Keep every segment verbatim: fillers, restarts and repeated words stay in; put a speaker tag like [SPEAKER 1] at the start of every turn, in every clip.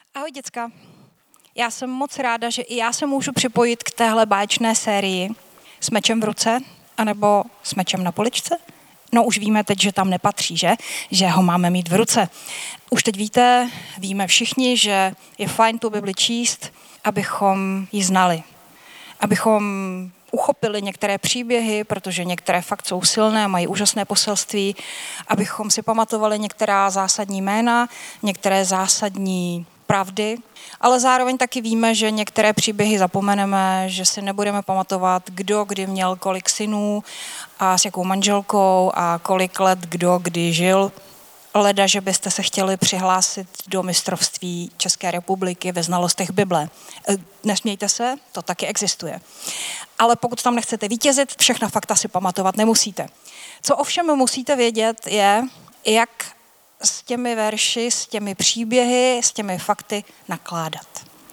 [SPEAKER 1] Ahoj děcka, já jsem moc ráda, že i já se můžu připojit k téhle báječné sérii s mečem v ruce, anebo s mečem na poličce. No už víme teď, že tam nepatří, že? Že ho máme mít v ruce. Už teď víte, víme všichni, že je fajn tu Bibli číst, abychom ji znali. Abychom uchopili některé příběhy, protože některé fakt jsou silné, mají úžasné poselství, abychom si pamatovali některá zásadní jména, některé zásadní pravdy, ale zároveň taky víme, že některé příběhy zapomeneme, že si nebudeme pamatovat, kdo kdy měl kolik synů a s jakou manželkou a kolik let kdo kdy žil. Leda, že byste se chtěli přihlásit do mistrovství České republiky ve znalostech Bible. Nesmějte se, to taky existuje. Ale pokud tam nechcete vítězit, všechna fakta si pamatovat nemusíte. Co ovšem musíte vědět je, jak s těmi verši, s těmi příběhy, s těmi fakty nakládat.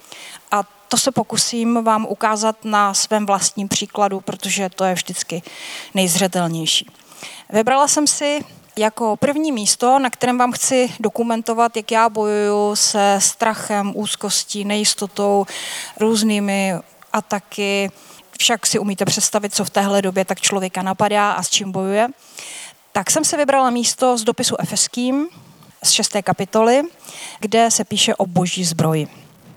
[SPEAKER 1] A to se pokusím vám ukázat na svém vlastním příkladu, protože to je vždycky nejzřetelnější. Vybrala jsem si jako první místo, na kterém vám chci dokumentovat, jak já bojuju se strachem, úzkostí, nejistotou, různými ataky. Však si umíte představit, co v téhle době tak člověka napadá a s čím bojuje. Tak jsem si vybrala místo z dopisu Efeským z šesté kapitoly, kde se píše o boží zbroji.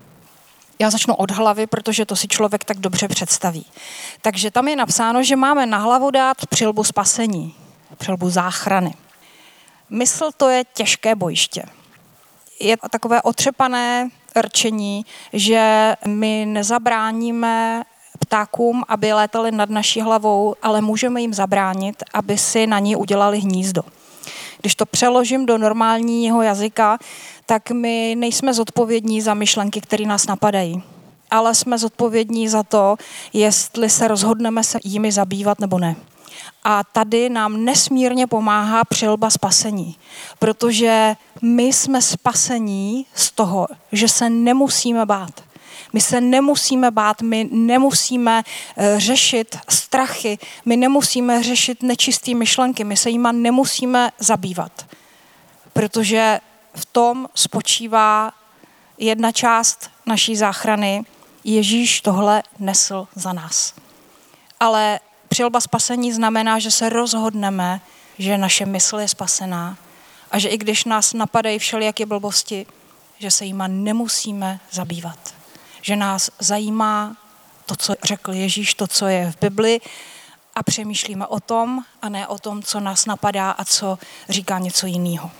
[SPEAKER 1] Já začnu od hlavy, protože to si člověk tak dobře představí. Takže tam je napsáno, že máme na hlavu dát přilbu spasení, přilbu záchrany. Mysl to je těžké bojiště. Je takové otřepané rčení, že my nezabráníme ptákům, aby létali nad naší hlavou, ale můžeme jim zabránit, aby si na ní udělali hnízdo. Když to přeložím do normálního jazyka, tak my nejsme zodpovědní za myšlenky, které nás napadají, ale jsme zodpovědní za to, jestli se rozhodneme se jimi zabývat nebo ne. A tady nám nesmírně pomáhá přilba spasení, protože my jsme spasení z toho, že se nemusíme bát. My se nemusíme bát, my nemusíme řešit strachy, my nemusíme řešit nečisté myšlenky, my se jima nemusíme zabývat. Protože v tom spočívá jedna část naší záchrany. Ježíš tohle nesl za nás. Ale přilba spasení znamená, že se rozhodneme, že naše mysl je spasená a že i když nás napadají všelijaké blbosti, že se jima nemusíme zabývat. Že nás zajímá to, co řekl Ježíš, to, co je v Bibli a přemýšlíme o tom a ne o tom, co nás napadá a co říká něco jiného.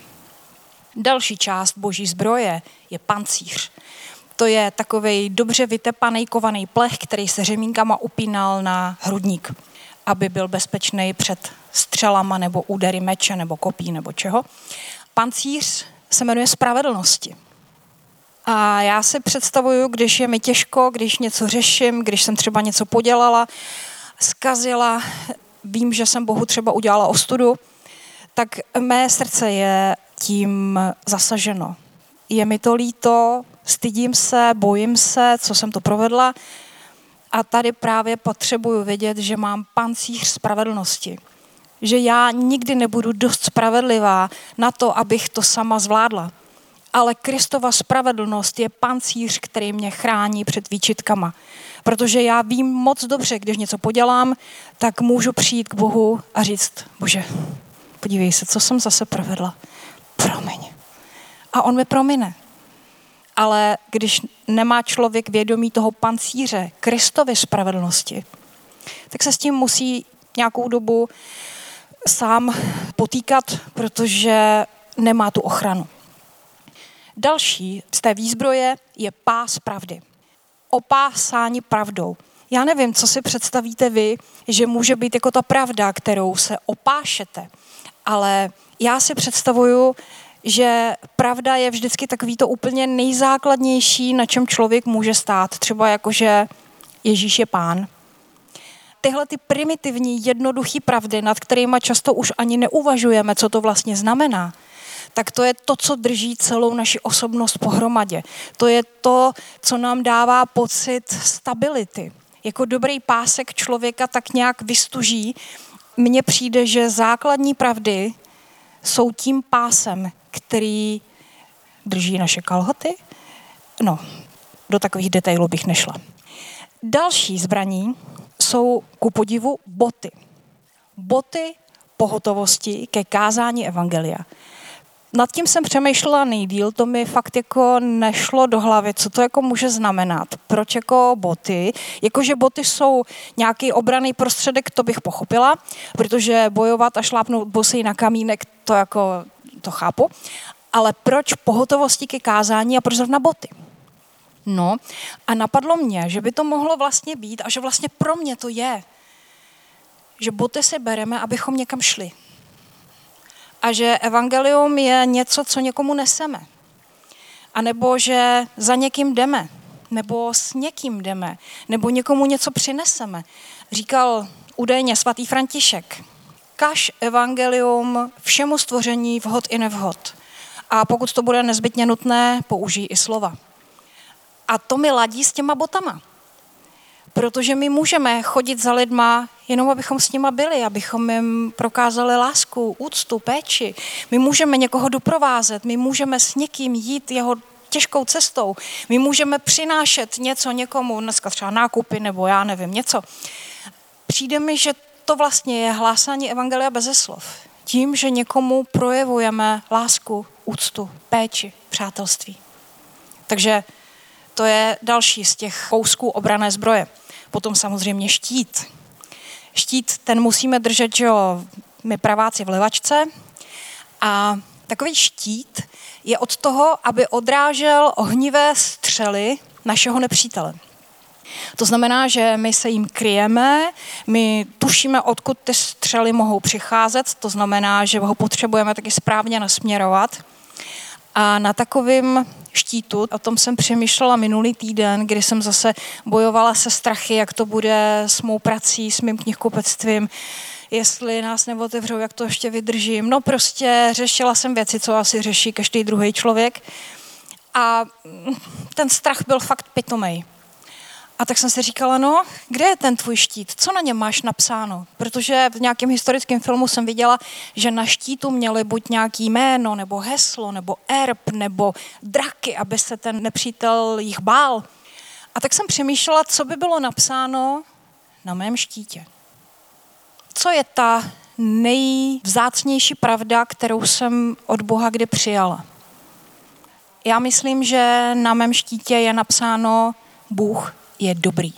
[SPEAKER 1] Další část boží zbroje je pancíř. To je takovej dobře vytepaný kovaný plech, který se řemínkama upínal na hrudník, aby byl bezpečný před střelama nebo údery meče nebo kopí nebo čeho. Pancíř se jmenuje spravedlnosti. A já si představuju, když je mi těžko, když něco řeším, když jsem třeba něco podělala, zkazila, vím, že jsem Bohu třeba udělala ostudu, tak mé srdce je tím zasaženo. Je mi to líto, stydím se, bojím se, co jsem to provedla a tady právě potřebuju vědět, že mám pancíř spravedlnosti. Že já nikdy nebudu dost spravedlivá na to, abych to sama zvládla. Ale Kristova spravedlnost je pancíř, který mě chrání před výčitkama. Protože já vím moc dobře, když něco podělám, tak můžu přijít k Bohu a říct, Bože, podívej se, co jsem zase provedla. Promiň. A on mi promine. Ale když nemá člověk vědomí toho pancíře, Kristovy spravedlnosti, tak se s tím musí nějakou dobu sám potýkat, protože nemá tu ochranu. Další z té výzbroje je pás pravdy. Opásání pravdou. Já nevím, co si představíte vy, že může být jako ta pravda, kterou se opášete, ale já si představuju, že pravda je vždycky takový to úplně nejzákladnější, na čem člověk může stát. Třeba jako, že Ježíš je pán. Tyhle ty primitivní, jednoduchý pravdy, nad kterýma často už ani neuvažujeme, co to vlastně znamená, tak to je to, co drží celou naši osobnost pohromadě. To je to, co nám dává pocit stability. Jako dobrý pásek člověka tak nějak vystuží. Mně přijde, že základní pravdy jsou tím pásem, který drží naše kalhoty, no, do takových detailů bych nešla. Další zbraní jsou ku podivu boty. Boty pohotovosti ke kázání evangelia. Nad tím jsem přemýšlela nejdýl, to mi fakt jako nešlo do hlavy, co to jako může znamenat. Proč jako boty? Jakože boty jsou nějaký obranný prostředek, to bych pochopila, protože bojovat a šlápnout bosej na kamínek, to jako, to chápu. Ale proč pohotovosti ke kázání a proč zrovna boty? No a napadlo mě, že by to mohlo vlastně být a že vlastně pro mě to je, že boty si bereme, abychom někam šli. A že evangelium je něco, co někomu neseme. A nebo že za někým jdeme, nebo s někým jdeme, nebo někomu něco přineseme. Říkal údajně svatý František, kaž evangelium všemu stvoření vhod i nevhod. A pokud to bude nezbytně nutné, použij i slova. A to mi ladí s těma botama. Protože my můžeme chodit za lidma, jenom abychom s nima byli, abychom jim prokázali lásku, úctu, péči. My můžeme někoho doprovázet, my můžeme s někým jít jeho těžkou cestou. My můžeme přinášet něco někomu, dneska třeba nákupy nebo já nevím, něco. Přijde mi, že to vlastně je hlásání evangelia beze slov. Tím, že někomu projevujeme lásku, úctu, péči, přátelství. Takže to je další z těch kousků obranné zbroje. Potom samozřejmě štít. Štít, ten musíme držet, že jo, my praváci v levačce. A takový štít je od toho, aby odrážel ohnivé střely našeho nepřítele. To znamená, že my se jim kryjeme, my tušíme, odkud ty střely mohou přicházet, to znamená, že ho potřebujeme taky správně nasměrovat. A na takovém štítu, o tom jsem přemýšlela minulý týden, kdy jsem zase bojovala se strachy, jak to bude s mou prací, s mým knihkupectvím, jestli nás neotevřou, jak to ještě vydržím. No prostě řešila jsem věci, co asi řeší každý druhý člověk. A ten strach byl fakt pitomej. A tak jsem si říkala, no, kde je ten tvůj štít? Co na něm máš napsáno? Protože v nějakém historickém filmu jsem viděla, že na štítu měli buď nějaký jméno, nebo heslo, nebo erb, nebo draky, aby se ten nepřítel jich bál. A tak jsem přemýšlela, co by bylo napsáno na mém štítě. Co je ta nejvzácnější pravda, kterou jsem od Boha kdy přijala? Já myslím, že na mém štítě je napsáno Bůh je dobrý.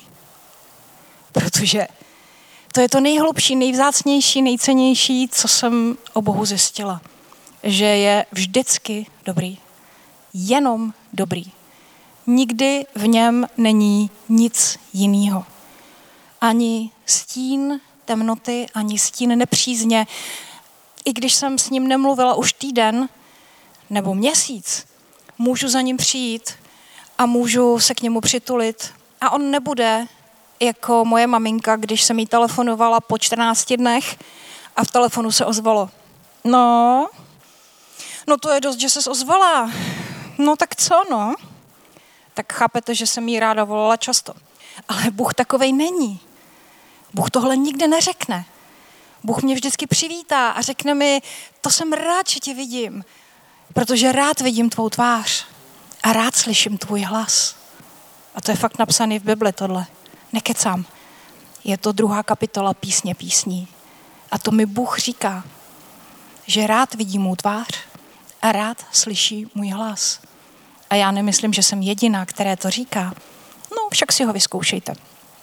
[SPEAKER 1] Protože to je to nejhlubší, nejvzácnější, nejcennější, co jsem o Bohu zjistila. Že je vždycky dobrý. Jenom dobrý. Nikdy v něm není nic jiného. Ani stín temnoty, ani stín nepřízně. I když jsem s ním nemluvila už týden nebo měsíc, můžu za ním přijít a můžu se k němu přitulit. A on nebude jako moje maminka, když jsem jí telefonovala po čtrnácti dnech a v telefonu se ozvalo. No, no to je dost, že ses ozvala. No tak co, no? Tak chápete, že jsem jí ráda volala často. Ale Bůh takovej není. Bůh tohle nikdy neřekne. Bůh mě vždycky přivítá a řekne mi, to jsem rád, že tě vidím, protože rád vidím tvou tvář a rád slyším tvůj hlas. A to je fakt napsané v Bibli tohle. Nekecám. Je to druhá kapitola Písně písní. A to mi Bůh říká, že rád vidí mou tvář a rád slyší můj hlas. A já nemyslím, že jsem jediná, které to říká. No, však si ho vyzkoušejte.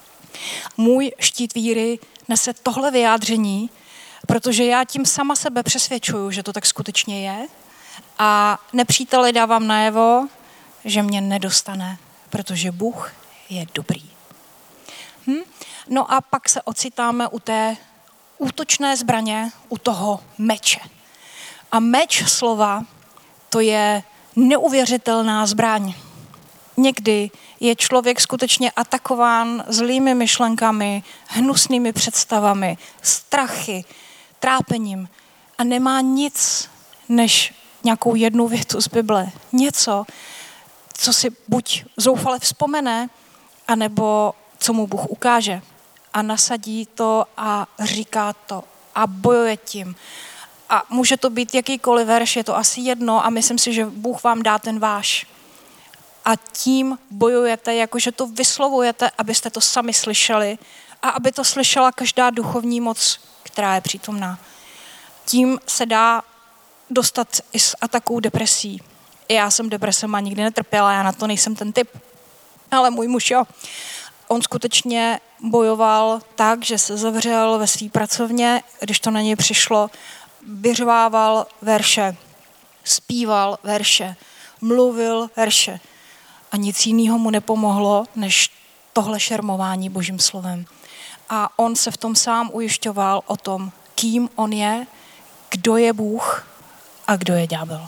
[SPEAKER 1] Můj štít víry nese tohle vyjádření, protože já tím sama sebe přesvědčuju, že to tak skutečně je. A nepříteli dávám najevo, že mě nedostane, protože Bůh je dobrý. Hm? No a pak se ocitáme u té útočné zbraně, u toho meče. A meč slova, to je neuvěřitelná zbraň. Někdy je člověk skutečně atakován zlými myšlenkami, hnusnými představami, strachy, trápením a nemá nic než nějakou jednu větu z Bible. Něco, co si buď zoufale vzpomene, anebo co mu Bůh ukáže. A nasadí to a říká to a bojuje tím. A může to být jakýkoliv verš, je to asi jedno a myslím si, že Bůh vám dá ten váš. a tím bojujete, jakože to vyslovujete, abyste to sami slyšeli a aby to slyšela každá duchovní moc, která je přítomná. Tím se dá dostat i s atakou depresí. Já jsem depresema nikdy netrpěla, já na to nejsem ten typ. Ale můj muž, jo. On skutečně bojoval tak, že se zavřel ve své pracovně, když to na něj přišlo, vyřvával verše, zpíval verše, mluvil verše. A nic jiného mu nepomohlo, než tohle šermování Božím slovem. A on se v tom sám ujišťoval o tom, kým on je, kdo je Bůh a kdo je ďábel.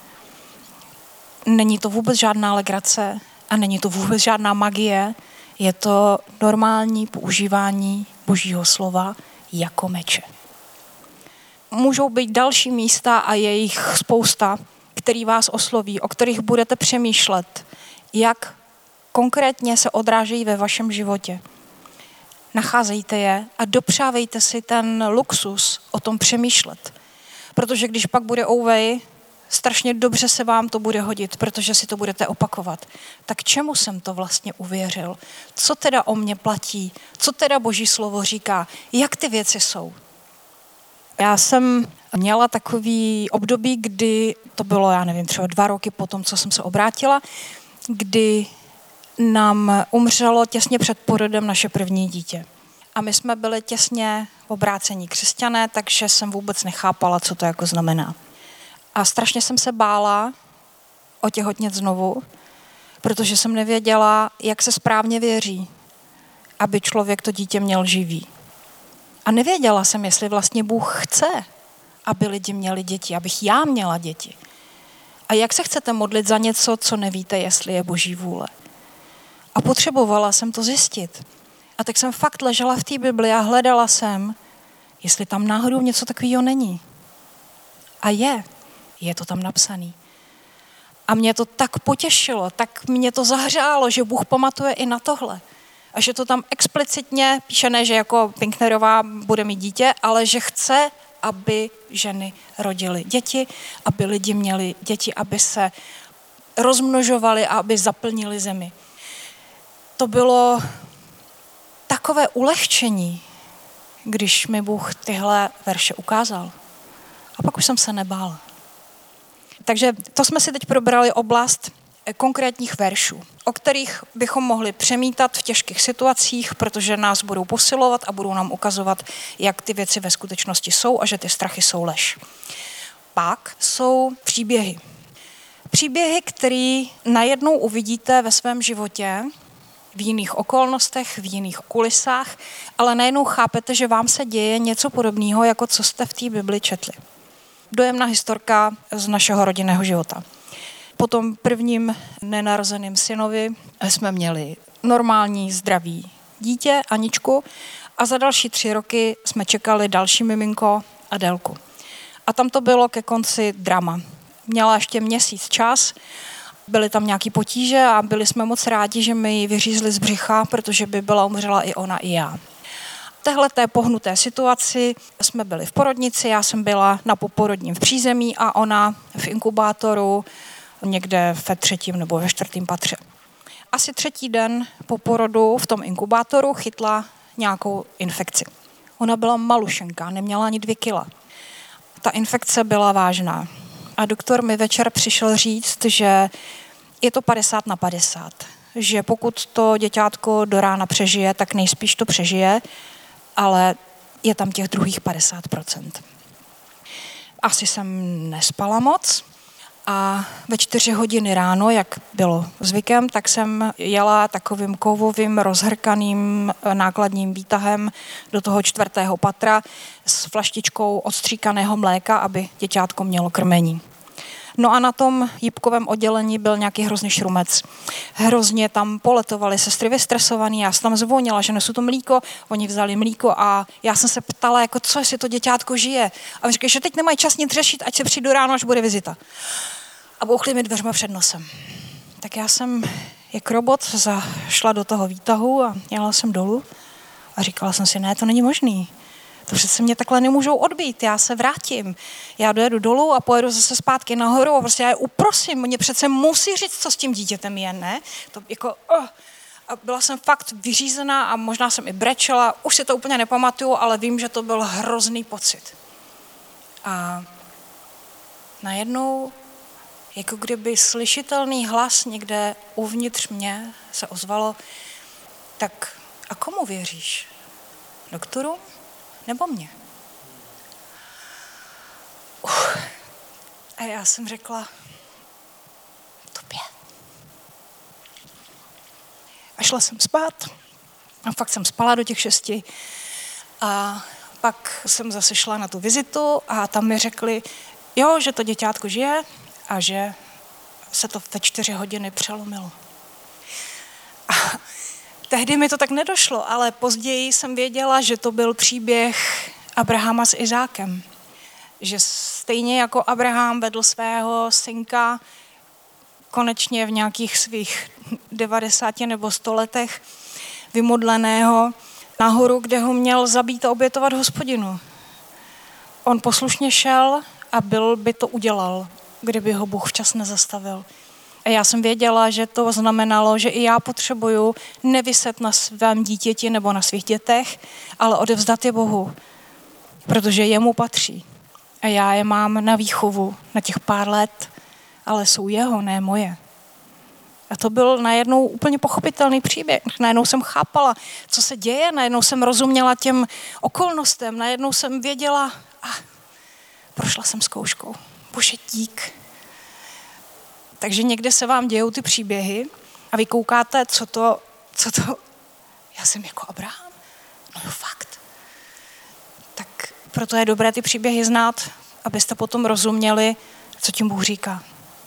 [SPEAKER 1] Není to vůbec žádná legrace a není to vůbec žádná magie, je to normální používání Božího slova jako meče. Můžou být další místa a je jich spousta, který vás osloví, o kterých budete přemýšlet, jak konkrétně se odrážejí ve vašem životě. Nacházejte je a dopřávejte si ten luxus o tom přemýšlet. Protože když pak bude ouvej, strašně dobře se vám to bude hodit, protože si to budete opakovat. Tak čemu jsem to vlastně uvěřil? Co teda o mě platí? Co teda Boží slovo říká? Jak ty věci jsou? Já jsem měla takový období, kdy to bylo, já nevím, třeba dva roky po tom, co jsem se obrátila, kdy nám umřelo těsně před porodem naše první dítě. A my jsme byli těsně obrácení křesťané, takže jsem vůbec nechápala, co to jako znamená. A strašně jsem se bála otěhotnět znovu, protože jsem nevěděla, jak se správně věří, aby člověk to dítě měl živý. A nevěděla jsem, jestli vlastně Bůh chce, aby lidi měli děti, abych já měla děti. A jak se chcete modlit za něco, co nevíte, jestli je Boží vůle. A potřebovala jsem to zjistit. A tak jsem fakt ležela v té Bibli a hledala jsem, jestli tam náhodou něco takového není. A je. Je to tam napsaný. A mě to tak potěšilo, tak mě to zahřálo, že Bůh pamatuje i na tohle. A že to tam explicitně píše, ne, že jako Pinknerová bude mít dítě, ale že chce, aby ženy rodily děti, aby lidi měli děti, aby se rozmnožovali a aby zaplnili zemi. To bylo takové ulehčení, když mi Bůh tyhle verše ukázal. A pak už jsem se nebála. Takže to jsme si teď probrali oblast konkrétních veršů, o kterých bychom mohli přemítat v těžkých situacích, protože nás budou posilovat a budou nám ukazovat, jak ty věci ve skutečnosti jsou a že ty strachy jsou lež. Pak jsou příběhy. Příběhy, které najednou uvidíte ve svém životě, v jiných okolnostech, v jiných kulisách, ale najednou chápete, že vám se děje něco podobného, jako co jste v té Bibli četli. Dojemná historka z našeho rodinného života. Po tom prvním nenarozeném synovi jsme měli normální, zdravý dítě, Aničku, a za další tři roky jsme čekali další miminko, Adélku. A tam to bylo ke konci drama. Měla ještě měsíc čas, byly tam nějaký potíže a byli jsme moc rádi, že mi ji vyřízli z břicha, protože by byla umřela i ona, i já. V téhleté pohnuté situaci jsme byli v porodnici, já jsem byla na poporodním v přízemí a ona v inkubátoru někde ve třetím nebo ve čtvrtém patře. Asi třetí den po porodu v tom inkubátoru chytla nějakou infekci. Ona byla malušenká, neměla ani dvě kila. Ta infekce byla vážná. A doktor mi večer přišel říct, že je to padesát na padesát. Že pokud to děťátko do rána přežije, tak nejspíš to přežije, ale je tam těch druhých padesát procent. Asi jsem nespala moc a ve čtyři hodiny ráno, jak bylo zvykem, tak jsem jela takovým kovovým rozhrkaným nákladním výtahem do toho čtvrtého patra s flaštičkou odstříkaného mléka, aby děťátko mělo krmení. No a na tom jípkovém oddělení byl nějaký hrozný šrumec. Hrozně tam poletovaly sestry vystresovaný, já jsem tam zvonila, že nesu to mlíko, oni vzali mlíko a já jsem se ptala, jako co, jestli to děťátko žije. A oni říkají, že teď nemají čas nic řešit, ať se přijdu ráno, až bude vizita. A bouchli mi dveřma před nosem. Tak já jsem jak robot zašla do toho výtahu a jela jsem dolů a říkala jsem si, ne, to není možný. To přece mě takhle nemůžou odbít, já se vrátím. Já dojedu dolů a pojedu zase zpátky nahoru a prostě já je uprosím, mě přece musí říct, co s tím dítětem je, ne? To jako, oh. A byla jsem fakt vyřízená a možná jsem i brečela, už si to úplně nepamatuju, ale vím, že to byl hrozný pocit. A najednou, jako kdyby slyšitelný hlas někde uvnitř mě se ozvalo, tak a komu věříš? Doktoru nebo mě? Uh. A já jsem řekla, tobě. A šla jsem spát. A fakt jsem spala do těch šesti. A pak jsem zase šla na tu vizitu a tam mi řekli, jo, že to děťátko žije a že se to ve čtyři hodiny přelomilo. A tehdy mi to tak nedošlo, ale později jsem věděla, že to byl příběh Abrahama s Izákem. Že stejně jako Abraham vedl svého synka konečně v nějakých svých devadesáti nebo sto letech vymodleného nahoru, kde ho měl zabít a obětovat Hospodinu. On poslušně šel a byl by to udělal, kdyby ho Bůh včas nezastavil. A já jsem věděla, že to znamenalo, že i já potřebuju nevyset na svém dítěti nebo na svých dětech, ale odevzdat je Bohu, protože jemu patří. A já je mám na výchovu na těch pár let, ale jsou jeho, ne moje. A to byl najednou úplně pochopitelný příběh. Najednou jsem chápala, co se děje, najednou jsem rozuměla těm okolnostem, najednou jsem věděla, a prošla jsem zkouškou. Bože, dík. Takže někde se vám dějou ty příběhy a vy koukáte, co to, co to, já jsem jako Abraham? No jo, fakt. Tak proto je dobré ty příběhy znát, abyste potom rozuměli, co tím Bůh říká.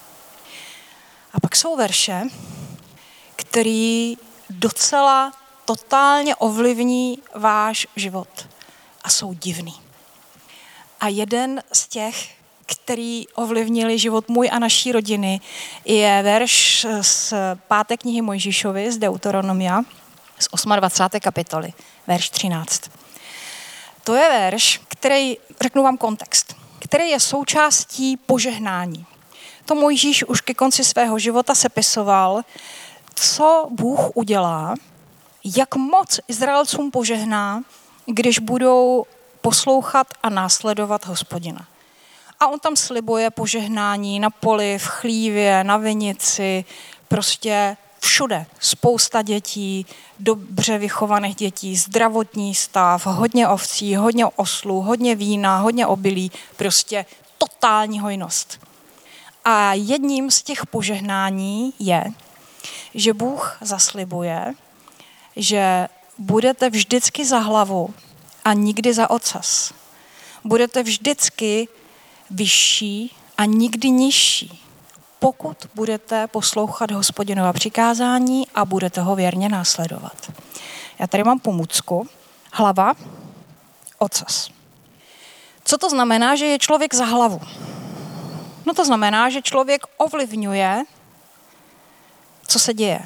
[SPEAKER 1] A pak jsou verše, který docela totálně ovlivní váš život a jsou divný. A jeden z těch, který ovlivnili život můj a naší rodiny, je verš z páté knihy Mojžíšovi, z Deuteronomia, z dvacáté osmé kapitoly, verš třináct. To je verš, který, řeknu vám kontext, který je součástí požehnání. To Mojžíš už ke konci svého života sepisoval, co Bůh udělá, jak moc Izraelcům požehná, když budou poslouchat a následovat Hospodina. A on tam slibuje požehnání na poli, v chlívě, na vinici, prostě všude. Spousta dětí, dobře vychovaných dětí, zdravotní stav, hodně ovcí, hodně oslů, hodně vína, hodně obilí, prostě totální hojnost. A jedním z těch požehnání je, že Bůh zaslibuje, že budete vždycky za hlavu a nikdy za ocas. Budete vždycky vyšší a nikdy nižší, pokud budete poslouchat Hospodinova přikázání a budete ho věrně následovat. Já tady mám pomůcku. Hlava, ocas. Co to znamená, že je člověk za hlavu? No to znamená, že člověk ovlivňuje, co se děje.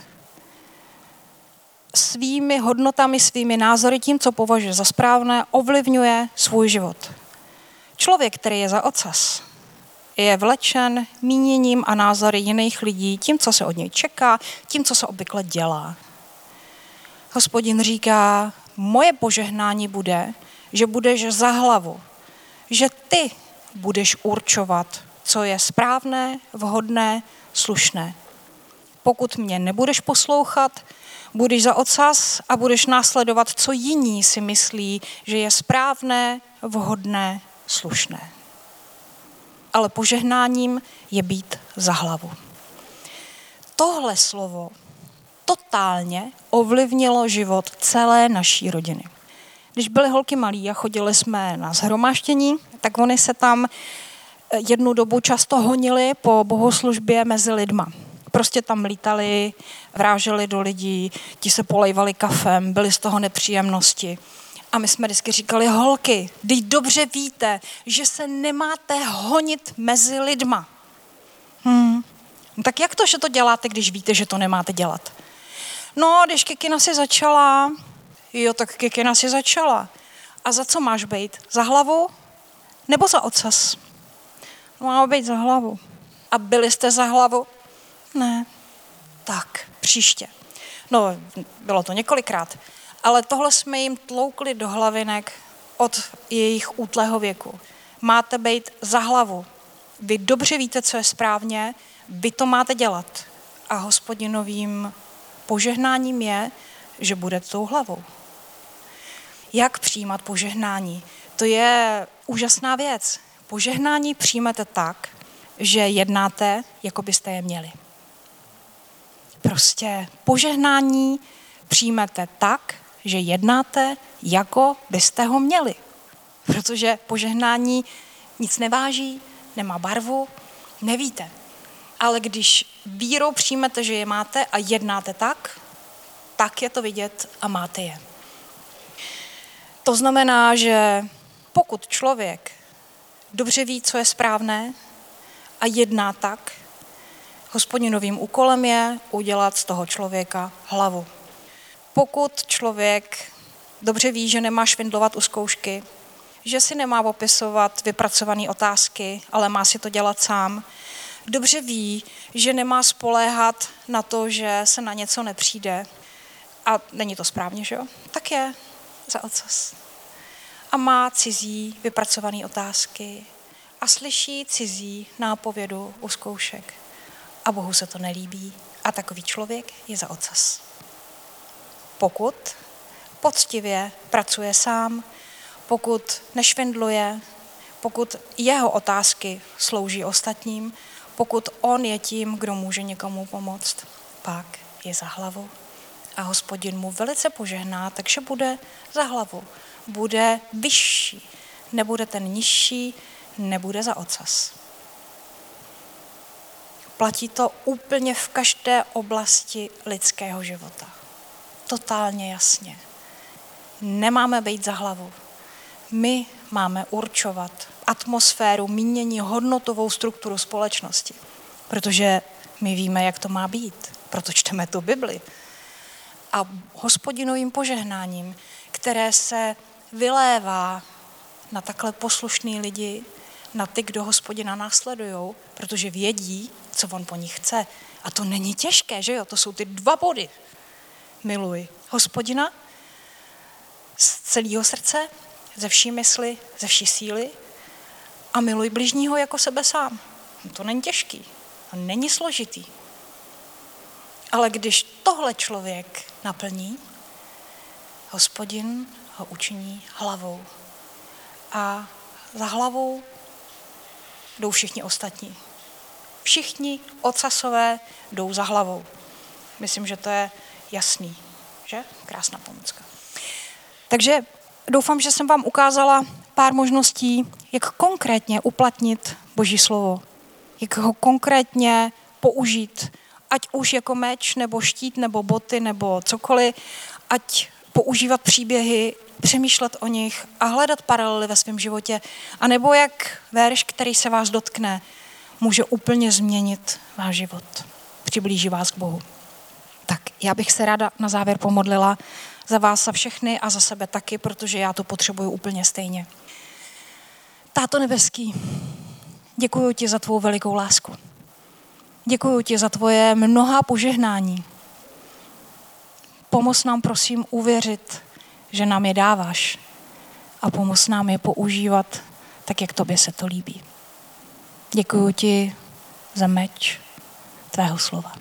[SPEAKER 1] Svými hodnotami, svými názory, tím, co považuje za správné, ovlivňuje svůj život. Člověk, který je za ocas, je vlečen míněním a názory jiných lidí, tím, co se od něj čeká, tím, co se obvykle dělá. Hospodin říká, moje požehnání bude, že budeš za hlavu, že ty budeš určovat, co je správné, vhodné, slušné. Pokud mě nebudeš poslouchat, budeš za ocas a budeš následovat, co jiní si myslí, že je správné, vhodné, slušné. Ale požehnáním je být za hlavu. Tohle slovo totálně ovlivnilo život celé naší rodiny. Když byly holky malí a chodili jsme na shromáždění, tak oni se tam jednu dobu často honili po bohoslužbě mezi lidma. Prostě tam lítali, vráželi do lidí, ti se polejvali kafem, byly z toho nepříjemnosti. A my jsme vždycky říkali, holky, teď dobře víte, že se nemáte honit mezi lidma. Hmm. No tak jak to, že to děláte, když víte, že to nemáte dělat? No, když Kikina si začala, jo, tak Kikina si začala. A za co máš být? Za hlavu nebo za ocas? No, máme být za hlavu. A byli jste za hlavu? Ne. Tak, příště. No, bylo to několikrát. Ale tohle jsme jim tloukli do hlavinek od jejich útlého věku. Máte být za hlavu. Vy dobře víte, co je správně, vy to máte dělat. A Hospodinovým požehnáním je, že budete tou hlavou. Jak přijímat požehnání? To je úžasná věc. Požehnání přijmete tak, že jednáte, jako byste je měli. Prostě požehnání přijmete tak, že jednáte, jako byste ho měli. Protože požehnání nic neváží, nemá barvu, nevíte. Ale když vírou přijmete, že je máte a jednáte tak, tak je to vidět a máte je. To znamená, že pokud člověk dobře ví, co je správné a jedná tak, Hospodinovým úkolem je udělat z toho člověka hlavu. Pokud člověk dobře ví, že nemá švindlovat u zkoušky, že si nemá opisovat vypracované otázky, ale má si to dělat sám, dobře ví, že nemá spoléhat na to, že se na něco nepřijde, a není to správně, že jo? Tak je za ocas. A má cizí vypracované otázky a slyší cizí nápovědu u zkoušek. A Bohu se to nelíbí. A takový člověk je za ocas. Pokud poctivě pracuje sám, pokud nešvindluje, pokud jeho otázky slouží ostatním, pokud on je tím, kdo může někomu pomoct, pak je za hlavu. A Hospodin mu velice požehná, takže bude za hlavu. Bude vyšší, nebude ten nižší, nebude za ocas. Platí to úplně v každé oblasti lidského života. Totálně jasně. Nemáme být za hlavu. My máme určovat atmosféru, mínění, hodnotovou strukturu společnosti. Protože my víme, jak to má být. Proto čteme tu Bibli. A Hospodinovým požehnáním, které se vylévá na takhle poslušný lidi, na ty, kdo Hospodina následujou, protože vědí, co on po nich chce. A to není těžké, že jo? To jsou ty dva body. Miluj Hospodina z celého srdce, ze vší mysli, ze vší síly a miluj bližního jako sebe sám. To není těžký, to není složitý. Ale když tohle člověk naplní, Hospodin ho učiní hlavou. A za hlavou jdou všichni ostatní. Všichni ocasové jdou za hlavou. Myslím, že to je jasný, že? Krásná pomůcka. Takže doufám, že jsem vám ukázala pár možností, jak konkrétně uplatnit Boží slovo. Jak ho konkrétně použít, ať už jako meč, nebo štít, nebo boty, nebo cokoliv, ať používat příběhy, přemýšlet o nich a hledat paralely ve svém životě. A nebo jak verš, který se vás dotkne, může úplně změnit váš život. Přiblíží vás k Bohu. Tak já bych se ráda na závěr pomodlila za vás a všechny a za sebe taky, protože já to potřebuju úplně stejně. Táto nebeský, děkuji ti za tvou velikou lásku. Děkuji ti za tvoje mnohá požehnání. Pomoz nám prosím uvěřit, že nám je dáváš a pomoz nám je používat tak, jak tobě se to líbí. Děkuji ti za meč tvého slova.